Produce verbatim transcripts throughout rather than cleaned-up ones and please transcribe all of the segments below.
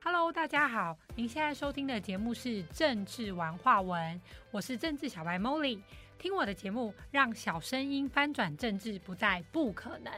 Hello， 大家好，您现在收听的节目是政治玩话文，我是政治小白 Molly， 听我的节目，让小声音翻转政治不再不可能。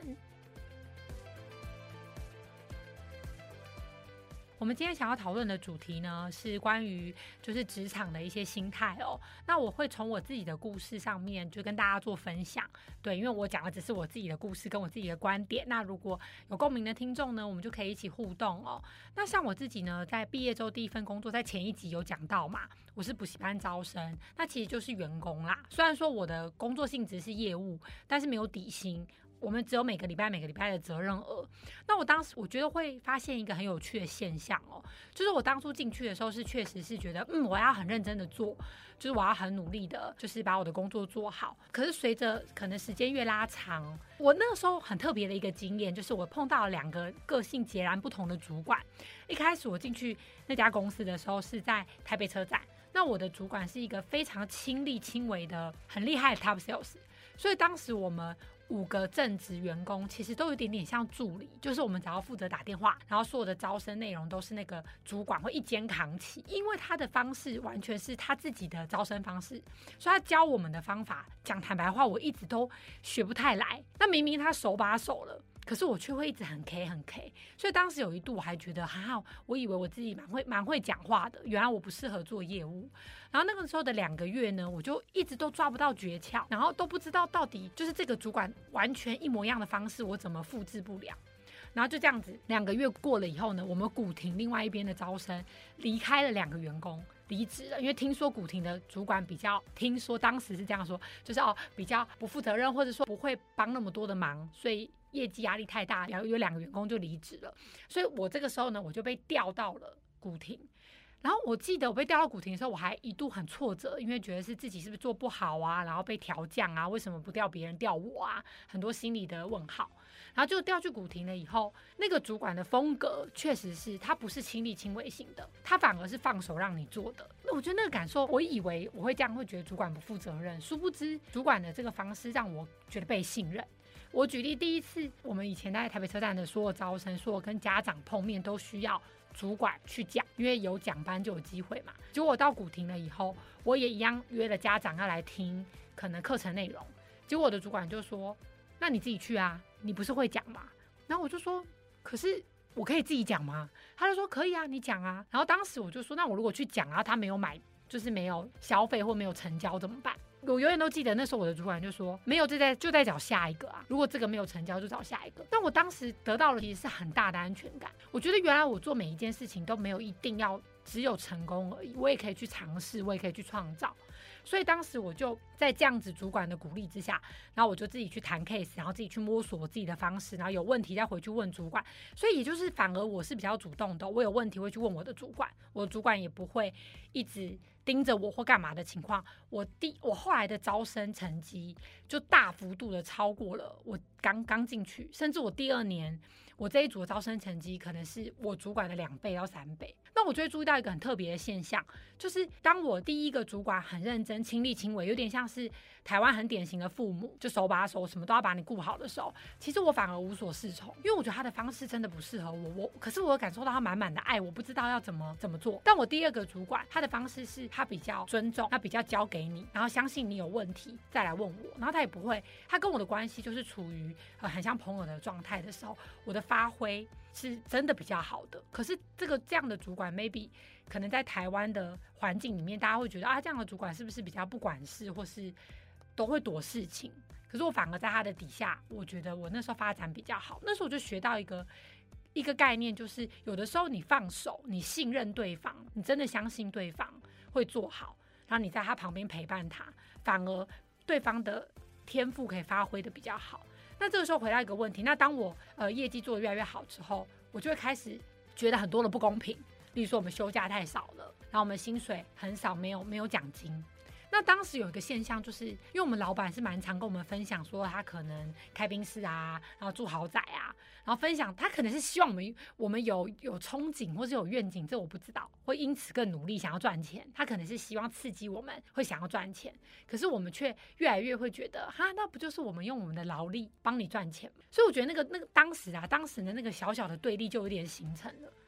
我们今天想要讨论的主题呢，是关于就是职场的一些心态哦。那我会从我自己的故事上面就跟大家做分享，对，因为我讲的只是我自己的故事跟我自己的观点。那如果有共鸣的听众呢，我们就可以一起互动哦。那像我自己呢，在毕业之后第一份工作，在前一集有讲到嘛，我是补习班招生，那其实就是员工啦。虽然说我的工作性质是业务，但是没有底薪。我们只有每个礼拜每个礼拜的责任额。那我当时我觉得会发现一个很有趣的现象哦，就是我当初进去的时候是确实是觉得，嗯，我要很认真的做，就是我要很努力的，就是把我的工作做好。可是随着可能时间越拉长，我那个时候很特别的一个经验，就是我碰到了两个个性截然不同的主管。一开始我进去那家公司的时候是在台北车站，那我的主管是一个非常亲力亲为的很厉害的 top sales， 所以当时我们五个正职员工其实都有点点像助理，就是我们只要负责打电话，然后所有的招生内容都是那个主管会一肩扛起，因为他的方式完全是他自己的招生方式，所以他教我们的方法，讲坦白话，我一直都学不太来。那明明他手把手了，可是我却会一直很 K 很 K， 所以当时有一度我还觉得还好，我以为我自己蛮会蛮会讲话的，原来我不适合做业务。然后那个时候的两个月呢，我就一直都抓不到诀窍，然后都不知道到底就是这个主管完全一模一样的方式，我怎么复制不了。然后就这样子，两个月过了以后呢，我们古亭另外一边的招生离开了两个员工，离职了，因为听说古亭的主管比较，听说当时是这样说，就是哦比较不负责任，或者说不会帮那么多的忙，所以业绩压力太大，然后有两个员工就离职了。所以我这个时候呢，我就被调到了古亭。然后我记得我被调到古亭的时候，我还一度很挫折，因为觉得是自己是不是做不好啊，然后被调降啊，为什么不调别人调我啊，很多心理的问号。然后就调去古亭了以后，那个主管的风格确实是他不是亲力亲为型的，他反而是放手让你做的。那我觉得那个感受，我以为我会这样会觉得主管不负责任，殊不知主管的这个方式让我觉得被信任。我举例，第一次我们以前在台北车站的所有招生，所有跟家长碰面都需要主管去讲，因为有讲班就有机会嘛。结果我到古亭了以后，我也一样约了家长要来听可能课程内容，结果我的主管就说：“那你自己去啊，你不是会讲吗？”然后我就说：“可是我可以自己讲吗？”他就说：“可以啊，你讲啊。”然后当时我就说：“那我如果去讲啊，他没有买，就是没有消费或没有成交怎么办？”我永远都记得那时候我的主管就说：“没有就在就在找下一个啊，如果这个没有成交就找下一个。”那我当时得到了其实是很大的安全感。我觉得原来我做每一件事情都没有一定要只有成功而已，我也可以去尝试，我也可以去创造。所以当时我就在这样子主管的鼓励之下，然后我就自己去谈 case， 然后自己去摸索我自己的方式，然后有问题再回去问主管。所以也就是反而我是比较主动的，我有问题会去问我的主管，我的主管也不会一直盯着我或干嘛的情况。我第我后来的招生成绩就大幅度的超过了我刚刚进去，甚至我第二年我这一组的招生成绩可能是我主管的两倍到三倍。那我就会注意到一个很特别的现象，就是当我第一个主管很认真亲力亲为，有点像是台湾很典型的父母，就手把手什么都要把你顾好的时候，其实我反而无所适从，因为我觉得他的方式真的不适合我。我可是我有感受到他满满的爱，我不知道要怎么怎么做。但我第二个主管他的方式是他比较尊重，他比较交给你，然后相信你有问题再来问我，然后他也不会，他跟我的关系就是处于、呃、很像朋友的状态的时候，我的发挥是真的比较好的。可是这个这样的主管 maybe 可能在台湾的环境里面，大家会觉得啊，这样的主管是不是比较不管事，或是都会躲事情。可是我反而在他的底下，我觉得我那时候发展比较好。那时候我就学到一个一个概念，就是有的时候你放手，你信任对方，你真的相信对方会做好，然后你在他旁边陪伴他，反而对方的天赋可以发挥的比较好。那这个时候回到一个问题，那当我呃业绩做得越来越好之后，我就会开始觉得很多的不公平，例如说我们休假太少了，然后我们薪水很少，没有没有奖金。那当时有一个现象，就是因为我们老板是蛮常跟我们分享说他可能开宾士啊，然后住豪宅啊，然后分享他可能是希望我们我们有有憧憬或是有愿景，这我不知道，会因此更努力想要赚钱。他可能是希望刺激我们会想要赚钱，可是我们却越来越会觉得哈，那不就是我们用我们的劳力帮你赚钱吗？所以我觉得那个那个当时啊，当时的那个小小的对立就有点形成了。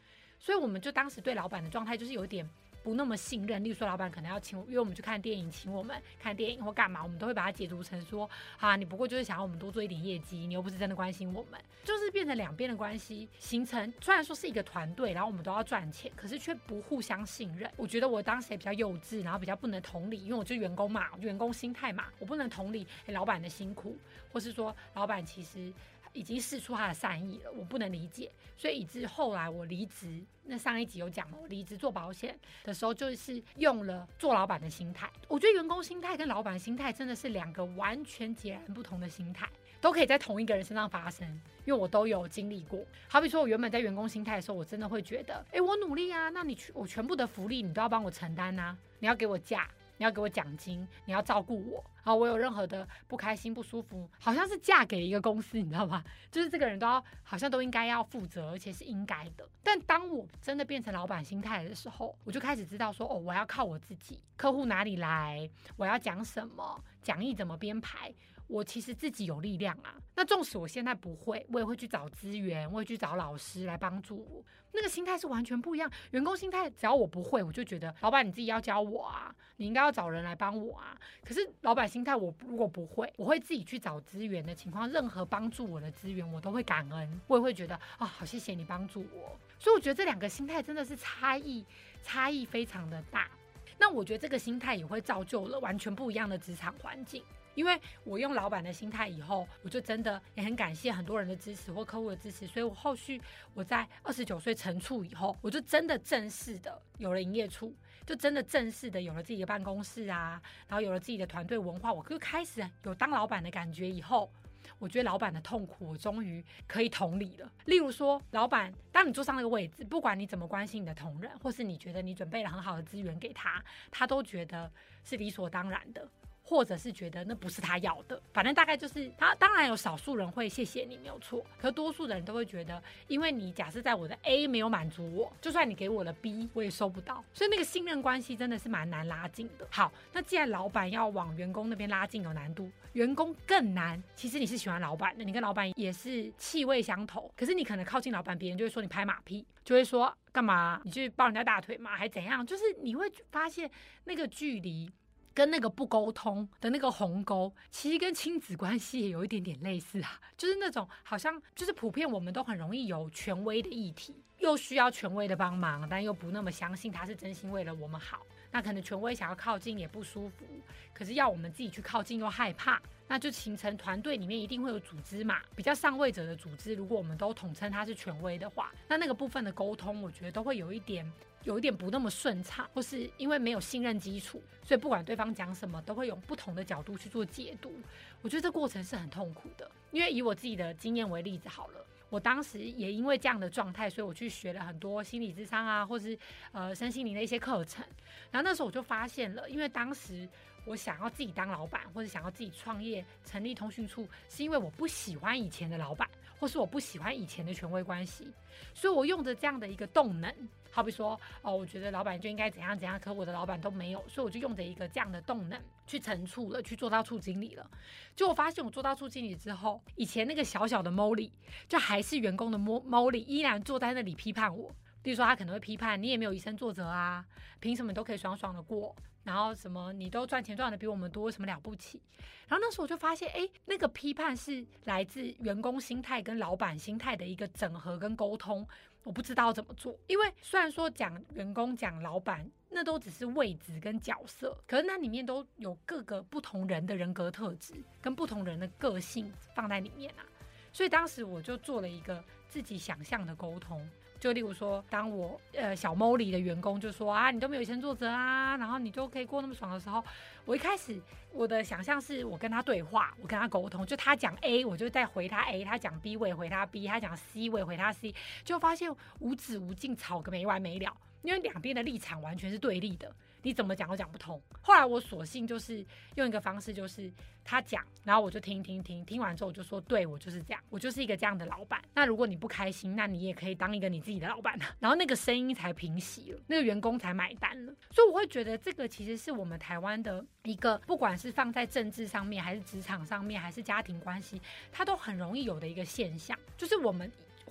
所以我们就当时对老板的状态就是有点不那么信任。例如说老板可能要请约我们去看电影，请我们看电影或干嘛，我们都会把它解读成说啊，你不过就是想要我们多做一点业绩，你又不是真的关心我们，就是变成两边的关系形成，虽然说是一个团队，然后我们都要赚钱，可是却不互相信任。我觉得我当时也比较幼稚，然后比较不能同理，因为我就是员工嘛，我就员工心态嘛，我不能同理、欸、老板的辛苦，或是说老板其实已经释出他的善意了，我不能理解，所以以致后来我离职，那上一集有讲了，我离职做保险的时候，就是用了做老板的心态。我觉得员工心态跟老板心态真的是两个完全截然不同的心态，都可以在同一个人身上发生，因为我都有经历过。好比说我原本在员工心态的时候，我真的会觉得，哎，我努力啊，那你我全部的福利你都要帮我承担啊，你要给我假，你要给我奖金，你要照顾我，然后我有任何的不开心不舒服，好像是嫁给一个公司，你知道吗？就是这个人都要好像都应该要负责，而且是应该的。但当我真的变成老板心态的时候，我就开始知道说，哦，我要靠我自己，客户哪里来，我要讲什么，讲义怎么编排，我其实自己有力量啊。那纵使我现在不会，我也会去找资源，我会去找老师来帮助我。那个心态是完全不一样。员工心态，只要我不会，我就觉得老板你自己要教我啊，你应该要找人来帮我啊。可是老板心态，我如果不会，我会自己去找资源的情况，任何帮助我的资源，我都会感恩，我也会觉得啊、哦，好谢谢你帮助我。所以我觉得这两个心态真的是差异，差异非常的大。那我觉得这个心态也会造就了完全不一样的职场环境。因为我用老板的心态以后，我就真的也很感谢很多人的支持或客户的支持，所以我后续我在二十九岁成处以后，我就真的正式的有了营业处，就真的正式的有了自己的办公室啊，然后有了自己的团队文化，我就开始有当老板的感觉以后，我觉得老板的痛苦我终于可以同理了。例如说老板当你坐上那个位置，不管你怎么关心你的同仁，或是你觉得你准备了很好的资源给他，他都觉得是理所当然的，或者是觉得那不是他要的，反正大概就是他。当然有少数人会谢谢你没有错，可是多数的人都会觉得，因为你假设在我的 A 没有满足我，就算你给我的 B 我也收不到，所以那个信任关系真的是蛮难拉近的。好，那既然老板要往员工那边拉近有难度，员工更难。其实你是喜欢老板的，你跟老板也是气味相投，可是你可能靠近老板，别人就会说你拍马屁，就会说干嘛你去抱人家大腿嘛，还怎样，就是你会发现那个距离跟那个不沟通的那个鸿沟，其实跟亲子关系也有一点点类似啊，就是那种好像就是普遍我们都很容易有权威的议题，又需要权威的帮忙，但又不那么相信他是真心为了我们好。那可能权威想要靠近也不舒服，可是要我们自己去靠近又害怕，那就形成团队里面一定会有组织嘛，比较上位者的组织，如果我们都统称他是权威的话，那那个部分的沟通，我觉得都会有一点有一点不那么顺畅，或是因为没有信任基础，所以不管对方讲什么，都会用不同的角度去做解读。我觉得这过程是很痛苦的，因为以我自己的经验为例子好了，我当时也因为这样的状态，所以我去学了很多心理咨商啊，或是呃身心灵的一些课程。然后那时候我就发现了，因为当时我想要自己当老板，或者想要自己创业成立通讯处，是因为我不喜欢以前的老板，或是我不喜欢以前的权威关系，所以我用着这样的一个动能，好比说哦，我觉得老板就应该怎样怎样，可我的老板都没有，所以我就用着一个这样的动能去成处了，去做到处经理了。结果我发现我做到处经理之后，以前那个小小的 Molly 就还是员工的 Molly 依然坐在那里批判我。比如说他可能会批判你也没有以身作则啊，凭什么你都可以爽爽的过，然后什么你都赚钱赚的比我们多，有什么了不起？然后那时候我就发现，哎，那个批判是来自员工心态跟老板心态的一个整合跟沟通，我不知道怎么做。因为虽然说讲员工讲老板那都只是位置跟角色，可是那里面都有各个不同人的人格特质跟不同人的个性放在里面啊。所以当时我就做了一个自己想象的沟通，就例如说，当我呃小 Molly 的员工就说啊，你都没有以身作则啊，然后你就可以过那么爽的时候，我一开始我的想象是我跟他对话，我跟他沟通，就他讲 A 我就再回他 A， 他讲 B 我也回他 B， 他讲 C 我也回他 C， 就发现无止无尽，吵个没完没了，因为两边的立场完全是对立的，你怎么讲都讲不通。后来我索性就是用一个方式，就是他讲，然后我就听听听，听完之后我就说，对，我就是这样，我就是一个这样的老板。那如果你不开心，那你也可以当一个你自己的老板。然后那个声音才平息了，那个员工才买单了。所以我会觉得这个其实是我们台湾的一个，不管是放在政治上面，还是职场上面，还是家庭关系，它都很容易有的一个现象，就是我们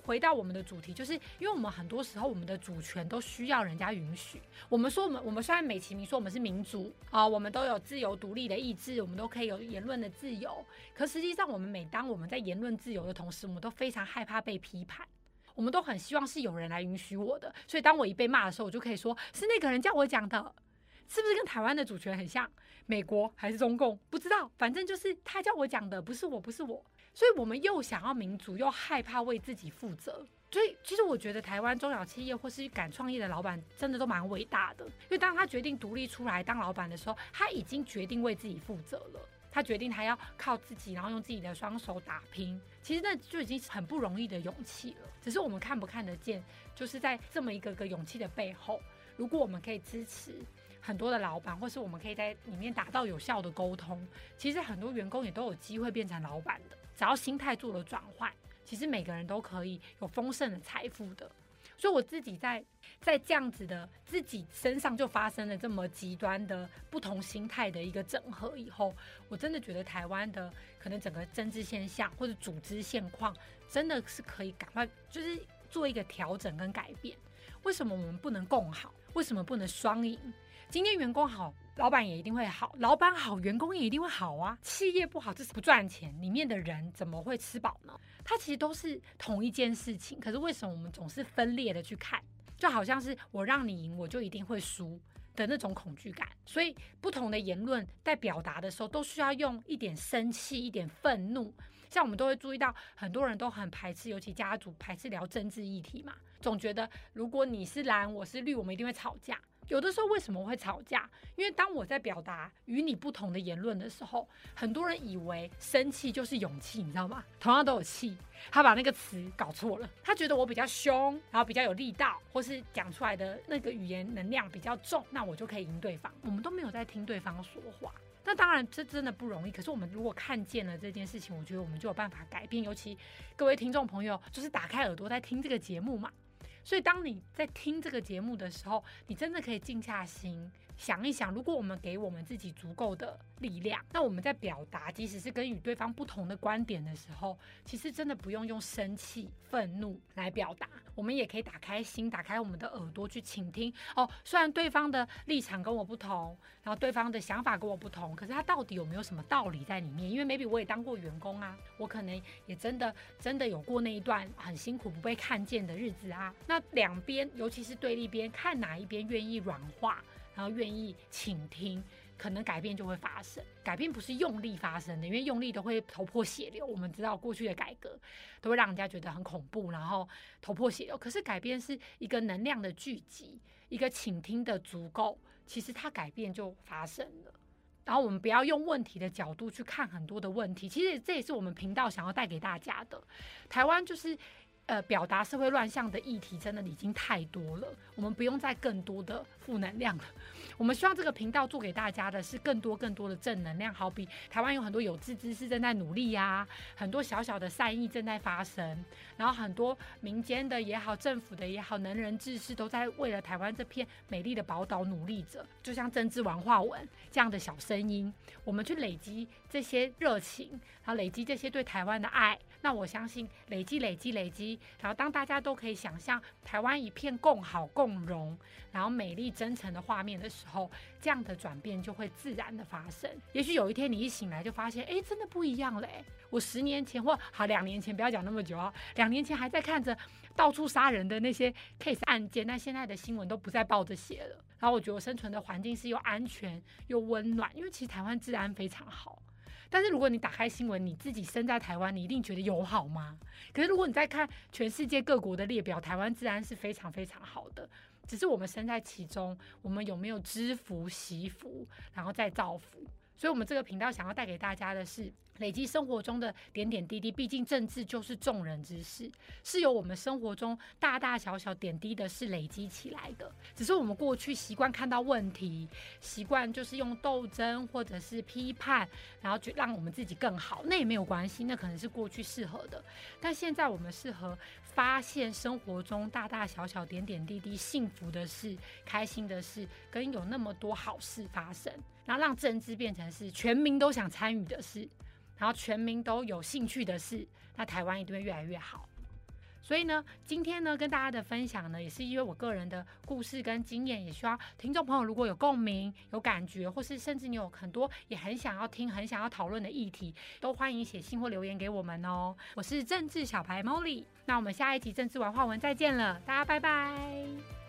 回到我们的主题，就是因为我们很多时候我们的主权都需要人家允许。我们说我们我们虽然美其名说我们是民主啊、呃，我们都有自由独立的意志，我们都可以有言论的自由，可实际上我们每当我们在言论自由的同时，我们都非常害怕被批判。我们都很希望是有人来允许我的，所以当我一被骂的时候，我就可以说是那个人叫我讲的，是不是跟台湾的主权很像？美国还是中共？不知道，反正就是他叫我讲的，不是我，不是我。所以我们又想要民主，又害怕为自己负责。所以其实我觉得台湾中小企业或是敢创业的老板真的都蛮伟大的，因为当他决定独立出来当老板的时候，他已经决定为自己负责了。他决定他要靠自己，然后用自己的双手打拼，其实那就已经是很不容易的勇气了。只是我们看不看得见，就是在这么一个个勇气的背后，如果我们可以支持很多的老板，或是我们可以在里面达到有效的沟通，其实很多员工也都有机会变成老板的。只要心态做了转换，其实每个人都可以有丰盛的财富的。所以我自己在在这样子的自己身上就发生了这么极端的不同心态的一个整合以后，我真的觉得台湾的可能整个政治现象或者组织现况真的是可以赶快就是做一个调整跟改变。为什么我们不能共好？为什么不能双赢？今天员工好，老板也一定会好，老板好，员工也一定会好啊。企业不好，这是不赚钱，里面的人怎么会吃饱呢？它其实都是同一件事情，可是为什么我们总是分裂的去看？就好像是我让你赢，我就一定会输的那种恐惧感。所以不同的言论在表达的时候，都需要用一点生气、一点愤怒。像我们都会注意到，很多人都很排斥，尤其家族排斥聊政治议题嘛，总觉得如果你是蓝，我是绿，我们一定会吵架。有的时候为什么会吵架？因为当我在表达与你不同的言论的时候，很多人以为生气就是勇气，你知道吗？同样都有气，他把那个词搞错了。他觉得我比较凶，然后比较有力道，或是讲出来的那个语言能量比较重，那我就可以赢对方。我们都没有在听对方说话。那当然这真的不容易，可是我们如果看见了这件事情，我觉得我们就有办法改变。尤其各位听众朋友，就是打开耳朵在听这个节目嘛，所以当你在听这个节目的时候，你真的可以静下心想一想，如果我们给我们自己足够的力量，那我们在表达即使是跟与对方不同的观点的时候，其实真的不用用生气愤怒来表达，我们也可以打开心，打开我们的耳朵去倾听。哦，虽然对方的立场跟我不同，然后对方的想法跟我不同，可是他到底有没有什么道理在里面？因为 maybe 我也当过员工啊，我可能也真的真的有过那一段很辛苦不被看见的日子啊。那两边尤其是对立边，看哪一边愿意软化，然后愿意倾听，可能改变就会发生。改变不是用力发生的，因为用力都会头破血流。我们知道过去的改革都会让人家觉得很恐怖，然后头破血流。可是改变是一个能量的聚集，一个倾听的足够，其实它改变就发生了。然后我们不要用问题的角度去看很多的问题，其实这也是我们频道想要带给大家的。台湾就是呃，表达社会乱象的议题真的已经太多了，我们不用再更多的负能量了。我们希望这个频道做给大家的是更多更多的正能量，好比台湾有很多有志之士正在努力啊，很多小小的善意正在发生，然后很多民间的也好，政府的也好，能人志士都在为了台湾这片美丽的宝岛努力着。就像政治王化文这样的小声音，我们去累积这些热情，然后累积这些对台湾的爱，那我相信累积累积累积，然后当大家都可以想象台湾一片共好共荣，然后美丽真诚的画面的时候，这样的转变就会自然的发生。也许有一天你一醒来就发现，哎，真的不一样了。哎，我十年前或好两年前，不要讲那么久啊，两年前还在看着到处杀人的那些 case 案件，但现在的新闻都不再报这些了。然后我觉得我生存的环境是又安全又温暖，因为其实台湾治安非常好。但是如果你打开新闻，你自己身在台湾，你一定觉得友好吗？可是如果你在看全世界各国的列表，台湾治安是非常非常好的，只是我们身在其中，我们有没有知福惜福，然后再造福。所以我们这个频道想要带给大家的是累积生活中的点点滴滴，毕竟政治就是众人之事，是由我们生活中大大小小点滴的事累积起来的。只是我们过去习惯看到问题，习惯就是用斗争或者是批判，然后就让我们自己更好，那也没有关系，那可能是过去适合的。但现在我们适合发现生活中大大小小点点滴滴幸福的事、开心的事，跟有那么多好事发生，然后让政治变成是全民都想参与的事，然后全民都有兴趣的事，那台湾一定会越来越好。 所以呢，今天呢跟大家的分享呢，也是因为我个人的故事跟经验，也希望听众朋友如果有共鸣、有感觉，或是甚至你有很多也很想要听、很想要讨论的议题，都欢迎写信或留言给我们哦。我是政治小白 Molly，那我们下一集政治玩话文再见了，大家拜拜。